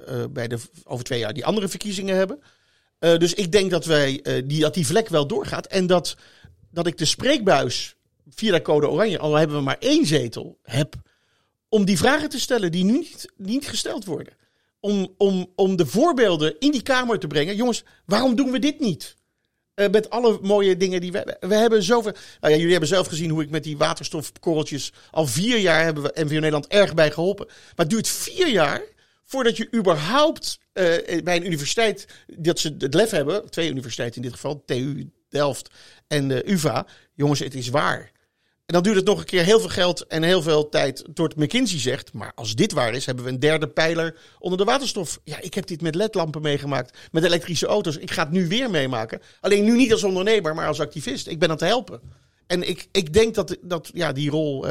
[SPEAKER 3] over 2 jaar die andere verkiezingen hebben. Dus ik denk dat dat die vlek wel doorgaat. En dat ik de spreekbuis via de Code Oranje, al hebben we maar 1 zetel, heb om die vragen te stellen die nu niet gesteld worden. Om de voorbeelden in die Kamer te brengen. Jongens, waarom doen we dit niet? Met alle mooie dingen die we hebben zoveel. Nou ja, jullie hebben zelf gezien hoe ik met die waterstofkorreltjes al 4 jaar hebben we NVO Nederland erg bij geholpen. Maar het duurt 4 jaar voordat je überhaupt bij een universiteit dat ze het lef hebben, 2 universiteiten in dit geval, TU Delft en de UvA. Jongens, het is waar. En dan duurt het nog een keer heel veel geld en heel veel tijd tot McKinsey zegt. Maar als dit waar is, hebben we een 3e pijler onder de waterstof. Ja, ik heb dit met LED-lampen meegemaakt, met elektrische auto's. Ik ga het nu weer meemaken. Alleen nu niet als ondernemer, maar als activist. Ik ben aan het helpen. En ik denk dat die rol...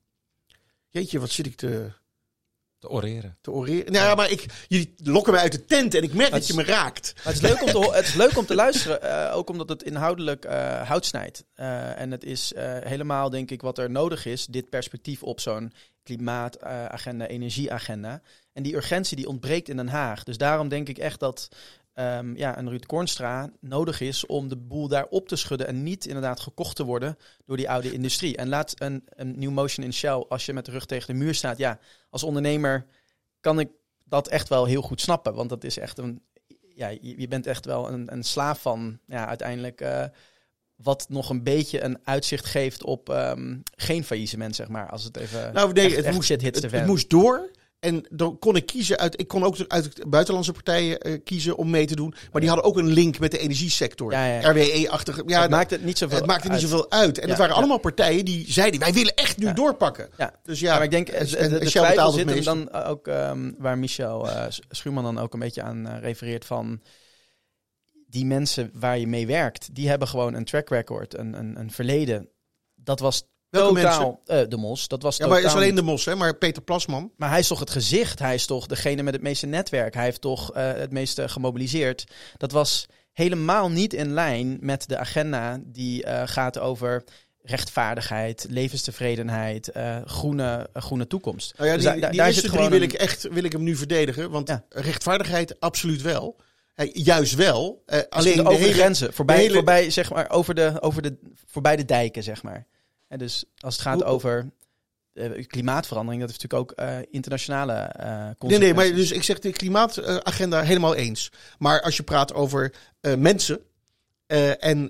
[SPEAKER 3] jeetje, wat zit ik te oreren. Nou ja, maar jullie lokken me uit de tent en ik merk dat je me raakt.
[SPEAKER 4] Het is leuk om te luisteren, ook omdat het inhoudelijk hout snijdt. En het is helemaal, denk ik, wat er nodig is, dit perspectief op zo'n klimaatagenda, energieagenda. En die urgentie die ontbreekt in Den Haag. Dus daarom denk ik echt dat een Ruud Koornstra nodig is om de boel daar op te schudden en niet inderdaad gekocht te worden door die oude industrie. En laat een new motion in Shell, als je met de rug tegen de muur staat, ja, als ondernemer kan ik dat echt wel heel goed snappen. Want dat is echt je bent echt wel een slaaf van, uiteindelijk wat nog een beetje een uitzicht geeft op geen faillissement, zeg maar. Als het even
[SPEAKER 3] het moest door. En dan kon ik kiezen ik kon ook uit buitenlandse partijen kiezen om mee te doen. Maar die hadden ook een link met de energiesector.
[SPEAKER 4] Ja.
[SPEAKER 3] RWE-achtige. Ja,
[SPEAKER 4] het maakte niet zoveel
[SPEAKER 3] uit. En het waren allemaal partijen die zeiden, wij willen echt nu doorpakken.
[SPEAKER 4] Ja.
[SPEAKER 3] Dus ja,
[SPEAKER 4] maar ik denk, de twijfel zit hem dan ook, waar Michel Schuurman dan ook een beetje aan refereert van, die mensen waar je mee werkt, die hebben gewoon een track record, een verleden. Dat was totaal de Mos. Dat was
[SPEAKER 3] maar het is alleen de Mos, hè? Maar Peter Plasman.
[SPEAKER 4] Maar hij is toch het gezicht. Hij is toch degene met het meeste netwerk. Hij heeft toch het meeste gemobiliseerd. Dat was helemaal niet in lijn met de agenda die gaat over rechtvaardigheid, levenstevredenheid, groene toekomst.
[SPEAKER 3] Nou ja, dus die eerste 3 wil ik hem nu verdedigen. Want rechtvaardigheid absoluut wel. Juist wel. Alleen
[SPEAKER 4] over de grenzen. Voorbij, zeg maar, voorbij de dijken, zeg maar. En dus als het gaat over klimaatverandering, dat is natuurlijk ook internationale consequenties.
[SPEAKER 3] Nee, maar dus ik zeg de klimaatagenda helemaal eens. Maar als je praat over mensen en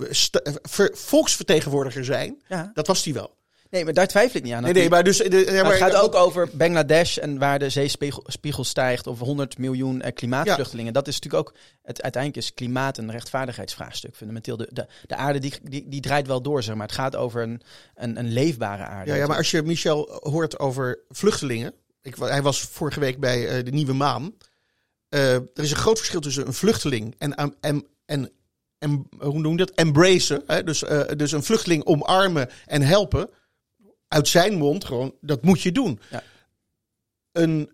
[SPEAKER 3] volksvertegenwoordiger zijn, dat was die wel.
[SPEAKER 4] Nee, maar daar twijfel ik niet aan.
[SPEAKER 3] Het
[SPEAKER 4] gaat ook over Bangladesh en waar de zeespiegel stijgt, of 100 miljoen klimaatvluchtelingen. Dat is natuurlijk ook, uiteindelijk is klimaat een rechtvaardigheidsvraagstuk. Fundamenteel, de aarde die draait wel door, zeg maar. Het gaat over een leefbare aarde.
[SPEAKER 3] Ja, maar als je Michel hoort over vluchtelingen. Hij was vorige week bij de Nieuwe Maan. Er is een groot verschil tussen een vluchteling en hoe noem je dat? Embracen. Hè? Dus een vluchteling omarmen en helpen. Uit zijn mond gewoon, dat moet je doen. Ja. Een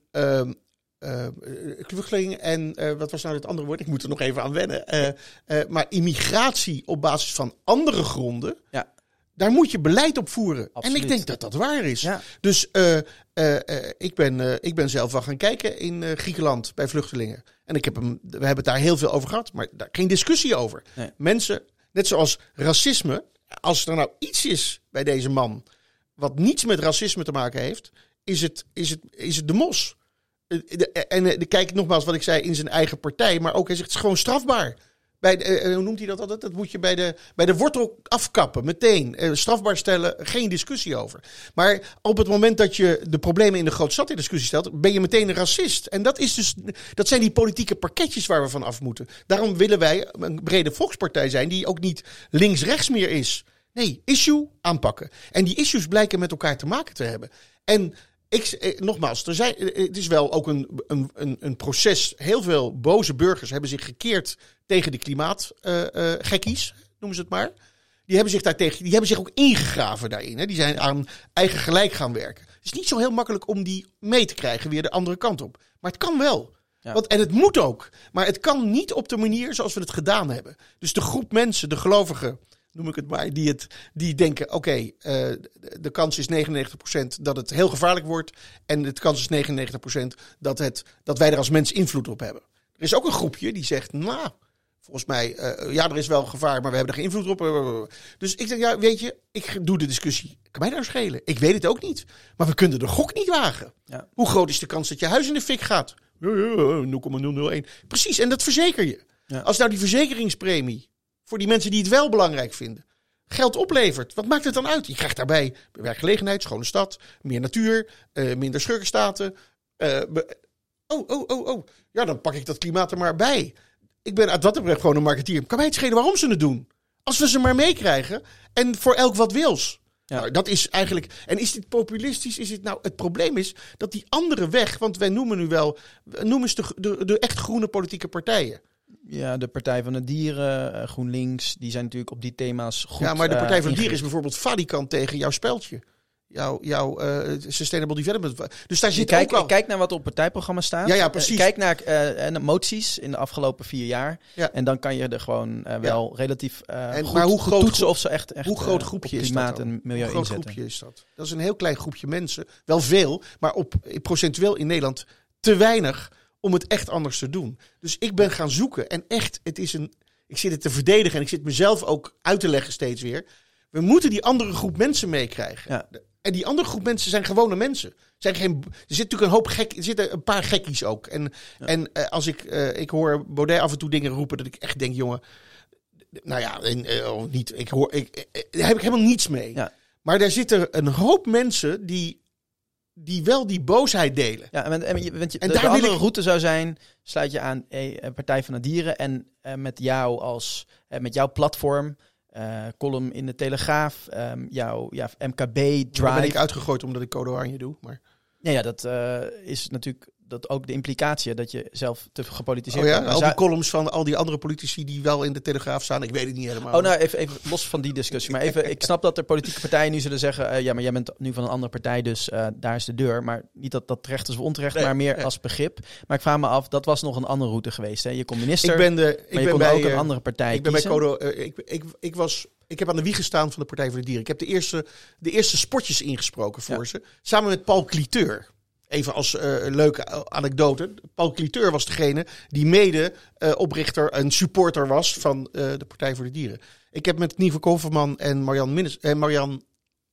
[SPEAKER 3] vluchteling en wat was nou het andere woord? Ik moet er nog even aan wennen. Maar immigratie op basis van andere gronden, daar moet je beleid op voeren. Absoluut. En ik denk dat dat waar is. Ja. Dus ik ben zelf wel gaan kijken in Griekenland bij vluchtelingen. En we hebben het daar heel veel over gehad, maar daar geen discussie over. Nee. Mensen, net zoals racisme, als er nou iets is bij deze man wat niets met racisme te maken heeft, is het de Mos. En kijk nogmaals wat ik zei in zijn eigen partij, maar ook hij zegt het is gewoon strafbaar. Hoe noemt hij dat altijd? Dat moet je bij de wortel afkappen, meteen. Strafbaar stellen, geen discussie over. Maar op het moment dat je de problemen in de grote stad in discussie stelt, ben je meteen een racist. En dat zijn die politieke parketjes waar we van af moeten. Daarom willen wij een brede volkspartij zijn die ook niet links-rechts meer is. Nee, issue aanpakken. En die issues blijken met elkaar te maken te hebben. En nogmaals, het is wel ook een proces. Heel veel boze burgers hebben zich gekeerd tegen de klimaatgekkies, noemen ze het maar. Die hebben zich ook ingegraven daarin. Hè? Die zijn aan eigen gelijk gaan werken. Het is niet zo heel makkelijk om die mee te krijgen weer de andere kant op. Maar het kan wel.
[SPEAKER 4] Ja.
[SPEAKER 3] En het moet ook. Maar het kan niet op de manier zoals we het gedaan hebben. Dus de groep mensen, de gelovigen, noem ik het maar, die denken, oké, de kans is 99% dat het heel gevaarlijk wordt. En de kans is 99% dat wij er als mens invloed op hebben. Er is ook een groepje die zegt, nou, volgens mij, er is wel gevaar, maar we hebben er geen invloed op. Dus ik zeg, weet je, ik doe de discussie. Kan mij nou schelen? Ik weet het ook niet. Maar we kunnen de gok niet wagen.
[SPEAKER 4] Ja.
[SPEAKER 3] Hoe groot is de kans dat je huis in de fik gaat? 0,001. Precies, en dat verzeker je.
[SPEAKER 4] Ja.
[SPEAKER 3] Als nou die verzekeringspremie voor die mensen die het wel belangrijk vinden geld oplevert, wat maakt het dan uit? Je krijgt daarbij werkgelegenheid, schone stad, meer natuur, minder schurkenstaten. Ja, dan pak ik dat klimaat er maar bij. Ik ben uit dat opzicht gewoon een marketeer. Kan mij het schelen waarom ze het doen? Als we ze maar meekrijgen en voor elk wat wils. Ja. Nou, dat is eigenlijk. En is dit populistisch? Is dit nou? Het probleem is dat die andere weg, want wij noemen nu wel, noemen ze de echt groene politieke partijen.
[SPEAKER 4] Ja, de Partij van de Dieren, GroenLinks, die zijn natuurlijk op die thema's goed.
[SPEAKER 3] Ja, maar de Partij van de Dieren is bijvoorbeeld falikant tegen jouw speldje. Jouw Sustainable Development. Dus daar zit ook al.
[SPEAKER 4] Kijk naar wat op het partijprogramma staat.
[SPEAKER 3] Ja, precies.
[SPEAKER 4] Kijk naar moties in de afgelopen 4 jaar. Ja. En dan kan je er gewoon wel relatief goed,
[SPEAKER 3] maar hoe groot
[SPEAKER 4] toetsen of ze echt
[SPEAKER 3] hoe groot groepje
[SPEAKER 4] op klimaat en milieu
[SPEAKER 3] hoe groot
[SPEAKER 4] inzetten.
[SPEAKER 3] Groepje is dat? Dat is een heel klein groepje mensen. Wel veel, maar procentueel in Nederland te weinig om het echt anders te doen. Dus ik ben gaan zoeken en echt, ik zit het te verdedigen en ik zit mezelf ook uit te leggen steeds weer. We moeten die andere groep mensen meekrijgen. Ja. En die andere groep mensen zijn gewone mensen. Er zit natuurlijk een hoop er zitten een paar gekkies ook. En als ik hoor Baudet af en toe dingen roepen dat ik echt denk, jongen, nou ja, daar heb ik helemaal niets mee. Ja. Maar daar zitten een hoop mensen die wel die boosheid delen.
[SPEAKER 4] Ja, de andere route zou zijn, sluit je aan Partij van de Dieren en met jou met jouw platform, column in de Telegraaf, jouw MKB-drive.
[SPEAKER 3] Daar ben ik uitgegooid omdat ik Code Oranje doe. Maar
[SPEAKER 4] ja, dat is natuurlijk dat ook de implicatie dat je zelf te gepolitiseerd bent.
[SPEAKER 3] Al die columns van al die andere politici die wel in de Telegraaf staan, ik weet het niet helemaal.
[SPEAKER 4] Oh, nou even los van die discussie. Maar even, ik snap dat er politieke partijen nu zullen zeggen, ja, maar jij bent nu van een andere partij, dus daar is de deur. Maar niet dat terecht is of onterecht, maar meer als begrip. Maar ik vraag me af, dat was nog een andere route geweest. Hè? Je kon minister, je kon ook een andere partij
[SPEAKER 3] ik ben
[SPEAKER 4] kiezen.
[SPEAKER 3] Bij Code, ik heb aan de wieg gestaan van de Partij voor de Dieren. Ik heb de eerste spotjes ingesproken voor ze, samen met Paul Cliteur. Even als leuke anekdote. Paul Cliteur was degene die mede oprichter en supporter was van de Partij voor de Dieren. Ik heb met Nieve Kofferman en Marian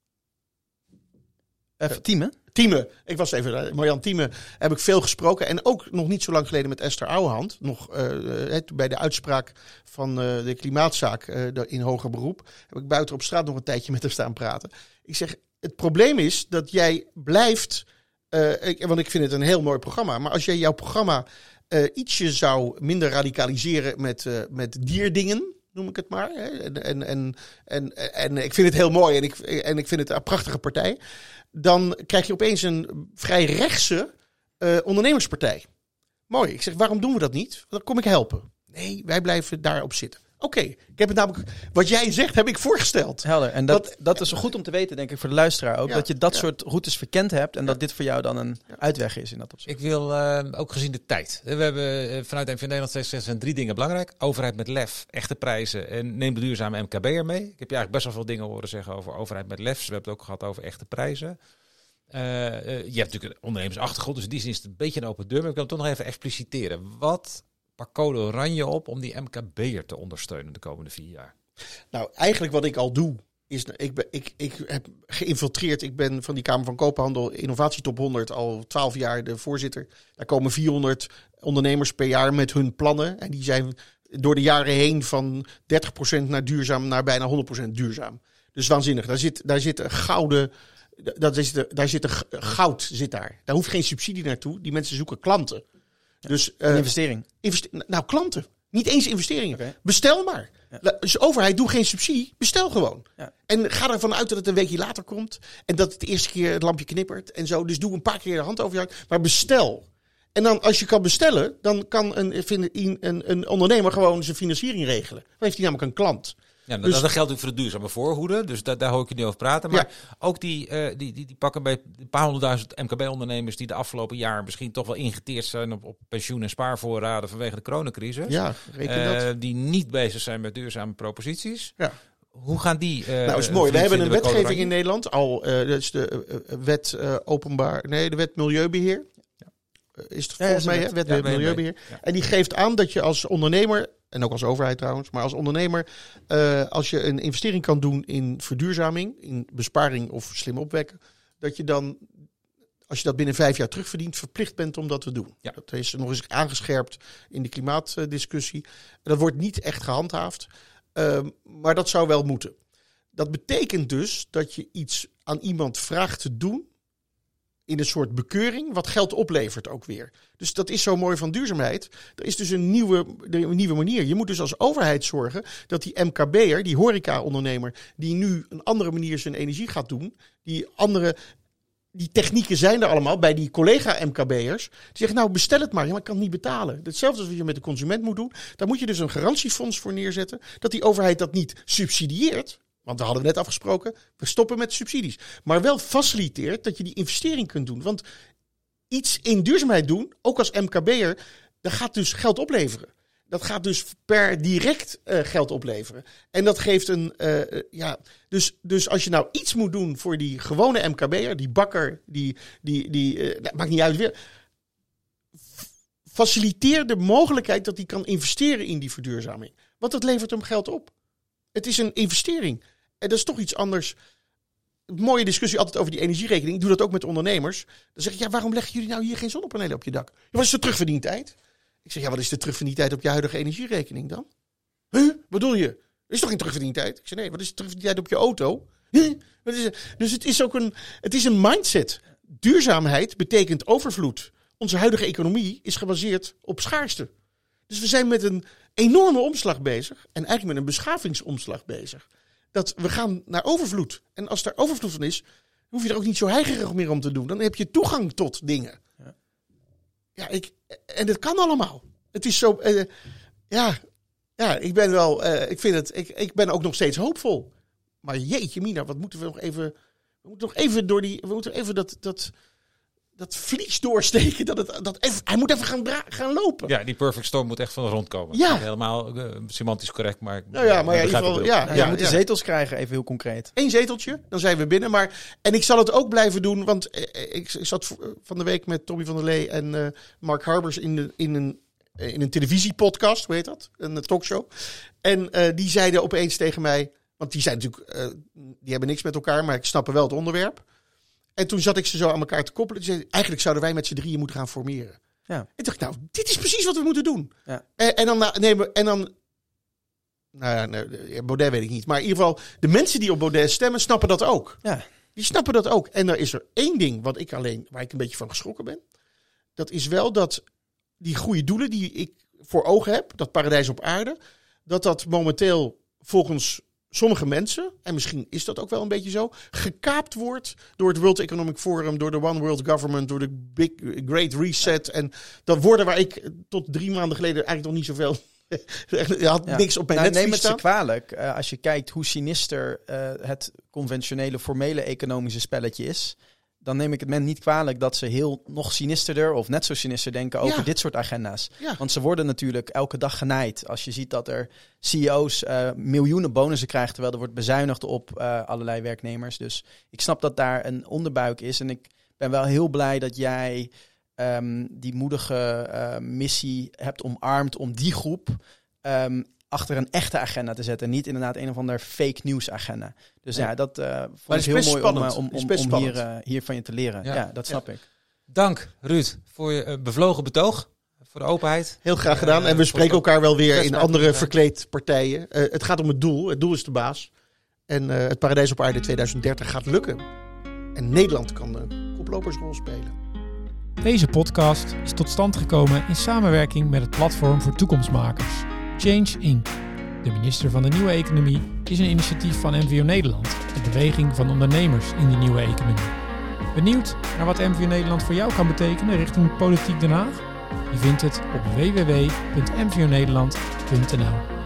[SPEAKER 3] Thieme. Ik was even Marian Thieme. Heb ik veel gesproken. En ook nog niet zo lang geleden met Esther Ouwehand. Nog bij de uitspraak van de klimaatzaak in hoger beroep. Heb ik buiten op straat nog een tijdje met haar staan praten. Ik zeg, het probleem is dat jij blijft. Want ik vind het een heel mooi programma. Maar als jij jouw programma ietsje zou minder radicaliseren met dierdingen, noem ik het maar. Hè? En ik vind het heel mooi en ik vind het een prachtige partij. Dan krijg je opeens een vrij rechtse ondernemerspartij. Mooi. Ik zeg, waarom doen we dat niet? Dan kom ik helpen. Nee, wij blijven daarop zitten. Oké, ik heb het namelijk, wat jij zegt, heb ik voorgesteld.
[SPEAKER 4] Helder. En dat is goed om te weten, denk ik, voor de luisteraar ook. Dat je dat soort routes verkend hebt en dat dit voor jou dan een uitweg is in dat opzicht.
[SPEAKER 2] Ik wil ook gezien de tijd. We hebben vanuit NV Nederland steeds gezegd, zijn 3 dingen belangrijk. Overheid met lef, echte prijzen en neem de duurzame MKB'er mee. Ik heb je eigenlijk best wel veel dingen horen zeggen over overheid met lef. We hebben het ook gehad over echte prijzen. Je hebt natuurlijk een ondernemersachtergrond, dus in die zin is het een beetje een open deur. Maar ik wil het toch nog even expliciteren. Wat pak Code Oranje op om die MKB'er te ondersteunen de komende 4 jaar?
[SPEAKER 3] Nou, eigenlijk wat ik al doe, is ik heb geïnfiltreerd. Ik ben van die Kamer van Koophandel, Innovatietop 100, al 12 jaar de voorzitter. Daar komen 400 ondernemers per jaar met hun plannen. En die zijn door de jaren heen van 30% naar duurzaam naar bijna 100% duurzaam. Dus waanzinnig. Daar zit goud zit daar. Daar hoeft geen subsidie naartoe. Die mensen zoeken klanten. Dus,
[SPEAKER 4] investering.
[SPEAKER 3] Klanten. Niet eens investeringen.
[SPEAKER 4] Okay.
[SPEAKER 3] Bestel maar. Ja. Dus overheid, doe geen subsidie. Bestel gewoon.
[SPEAKER 4] Ja.
[SPEAKER 3] En ga ervan uit dat het een weekje later komt. En dat het de eerste keer het lampje knippert. En zo. Dus doe een paar keer de hand over je hart. Maar bestel. En dan, als je kan bestellen, dan kan een ondernemer gewoon zijn financiering regelen. Dan heeft hij namelijk een klant.
[SPEAKER 2] Ja,
[SPEAKER 3] Dus-
[SPEAKER 2] dat geldt natuurlijk voor de duurzame voorhoede. Dus daar hoor ik je niet over praten. Maar ook die pakken bij een paar 100.000 MKB-ondernemers die de afgelopen jaar misschien toch wel ingeteerd zijn op pensioen- en spaarvoorraden vanwege de coronacrisis.
[SPEAKER 3] Ja, reken dat.
[SPEAKER 2] Die niet bezig zijn met duurzame proposities.
[SPEAKER 3] Ja.
[SPEAKER 2] Hoe gaan die...
[SPEAKER 3] Nou, is mooi. We hebben een wetgeving
[SPEAKER 2] in
[SPEAKER 3] in Nederland. Dat is de wet de wet Milieubeheer. Is het volgens mij, hè? Wet Milieubeheer.
[SPEAKER 2] Ja.
[SPEAKER 3] En die geeft aan dat je als ondernemer, en ook als overheid trouwens, maar als ondernemer, als je een investering kan doen in verduurzaming, in besparing of slim opwekken, dat je dan, als je dat binnen 5 jaar terugverdient, verplicht bent om dat te doen.
[SPEAKER 2] Ja.
[SPEAKER 3] Dat is nog eens aangescherpt in de klimaatdiscussie. Dat wordt niet echt gehandhaafd, maar dat zou wel moeten. Dat betekent dus dat je iets aan iemand vraagt te doen in een soort bekeuring, wat geld oplevert ook weer. Dus dat is zo mooi van duurzaamheid. Er is dus een nieuwe manier. Je moet dus als overheid zorgen dat die MKB'er, die horeca-ondernemer, die nu een andere manier zijn energie gaat doen, die technieken zijn er allemaal bij die collega-MKB'ers. Die zeggen, nou bestel het maar, ja, maar ik kan het niet betalen. Hetzelfde als wat je met de consument moet doen. Daar moet je dus een garantiefonds voor neerzetten, dat die overheid dat niet subsidieert. Want we hadden net afgesproken, we stoppen met subsidies. Maar wel faciliteert dat je die investering kunt doen. Want iets in duurzaamheid doen, ook als MKB'er, dat gaat dus geld opleveren. Dat gaat dus per direct geld opleveren. En dat geeft een... Dus als je nou iets moet doen voor die gewone MKB'er, die bakker, dat maakt niet uit weer. Faciliteer de mogelijkheid dat hij kan investeren in die verduurzaming. Want dat levert hem geld op. Het is een investering. En dat is toch iets anders. Een mooie discussie altijd over die energierekening. Ik doe dat ook met ondernemers. Dan zeg ik, ja, waarom leggen jullie nou hier geen zonnepanelen op je dak? Ja, wat is de terugverdientijd? Ik zeg, ja, wat is de terugverdientijd op je huidige energierekening dan? Huh? Wat bedoel je? Er is toch geen terugverdientijd? Ik zeg, nee, wat is de terugverdientijd op je auto? Huh? Wat is het? Dus het is een mindset. Duurzaamheid betekent overvloed. Onze huidige economie is gebaseerd op schaarste. Dus we zijn met een enorme omslag bezig. En eigenlijk met een beschavingsomslag bezig. Dat we gaan naar overvloed. En als er overvloed van is, hoef je er ook niet zo heigerig meer om te doen. Dan heb je toegang tot dingen. En dat kan allemaal. Het is zo... ik ben wel... ik ben ook nog steeds hoopvol. Maar jeetje mina, wat moeten we nog even... We moeten even dat vlies doorsteken. Hij moet even gaan lopen.
[SPEAKER 2] Ja, die perfect storm moet echt van de grond komen.
[SPEAKER 3] Ja.
[SPEAKER 2] Helemaal semantisch correct, maar...
[SPEAKER 3] Nou ja, maar in ieder geval...
[SPEAKER 4] Je moet de zetels krijgen, even heel concreet.
[SPEAKER 3] 1 zeteltje, dan zijn we binnen. En ik zal het ook blijven doen, want ik zat van de week met Tommy van der Lee en Mark Harbers in een televisiepodcast, hoe heet dat? Een talkshow. En die zeiden opeens tegen mij, want die zijn natuurlijk, die hebben niks met elkaar, maar ik snap wel het onderwerp. En toen zat ik ze zo aan elkaar te koppelen. Die zeiden, eigenlijk zouden wij met z'n drieën moeten gaan formeren.
[SPEAKER 4] Ja.
[SPEAKER 3] En toen dacht ik, nou, dit is precies wat we moeten doen.
[SPEAKER 4] Ja.
[SPEAKER 3] Baudet weet ik niet. Maar in ieder geval, de mensen die op Baudet stemmen, snappen dat ook.
[SPEAKER 4] Ja.
[SPEAKER 3] Die snappen dat ook. En er is er 1 ding waar ik een beetje van geschrokken ben. Dat is wel dat die goede doelen die ik voor ogen heb, dat paradijs op aarde, dat momenteel volgens sommige mensen, en misschien is dat ook wel een beetje zo, gekaapt wordt door het World Economic Forum, door de One World Government, door de Great Reset. En dat woorden waar ik tot 3 maanden geleden eigenlijk nog niet zoveel... Je had niks op mijn netvlies
[SPEAKER 4] neem het
[SPEAKER 3] staan.
[SPEAKER 4] ze kwalijk. Als je kijkt hoe sinister het conventionele, formele economische spelletje is, dan neem ik het men niet kwalijk dat ze heel nog sinisterder of net zo sinister denken over dit soort agenda's. Ja. Want ze worden natuurlijk elke dag genaaid. Als je ziet dat er CEO's miljoenen bonussen krijgen, terwijl er wordt bezuinigd op allerlei werknemers. Dus ik snap dat daar een onderbuik is. En ik ben wel heel blij dat jij die moedige missie hebt omarmd om die groep achter een echte agenda te zetten. En niet inderdaad een of ander fake news agenda. Dus dat vond ik heel mooi om hier van je te leren. Ja, dat snap ik.
[SPEAKER 2] Dank Ruud voor je bevlogen betoog. Voor de openheid.
[SPEAKER 3] Heel graag gedaan. En we spreken elkaar wel weer in andere verkleedpartijen. Het gaat om het doel. Het doel is de baas. En het Paradijs op Aarde 2030 gaat lukken. En Nederland kan de koplopersrol spelen.
[SPEAKER 5] Deze podcast is tot stand gekomen in samenwerking met het Platform voor Toekomstmakers, Change Inc. De minister van de Nieuwe Economie is een initiatief van MVO Nederland, de beweging van ondernemers in die nieuwe economie. Benieuwd naar wat MVO Nederland voor jou kan betekenen richting Politiek Den Haag? Je vindt het op www.mvonederland.nl.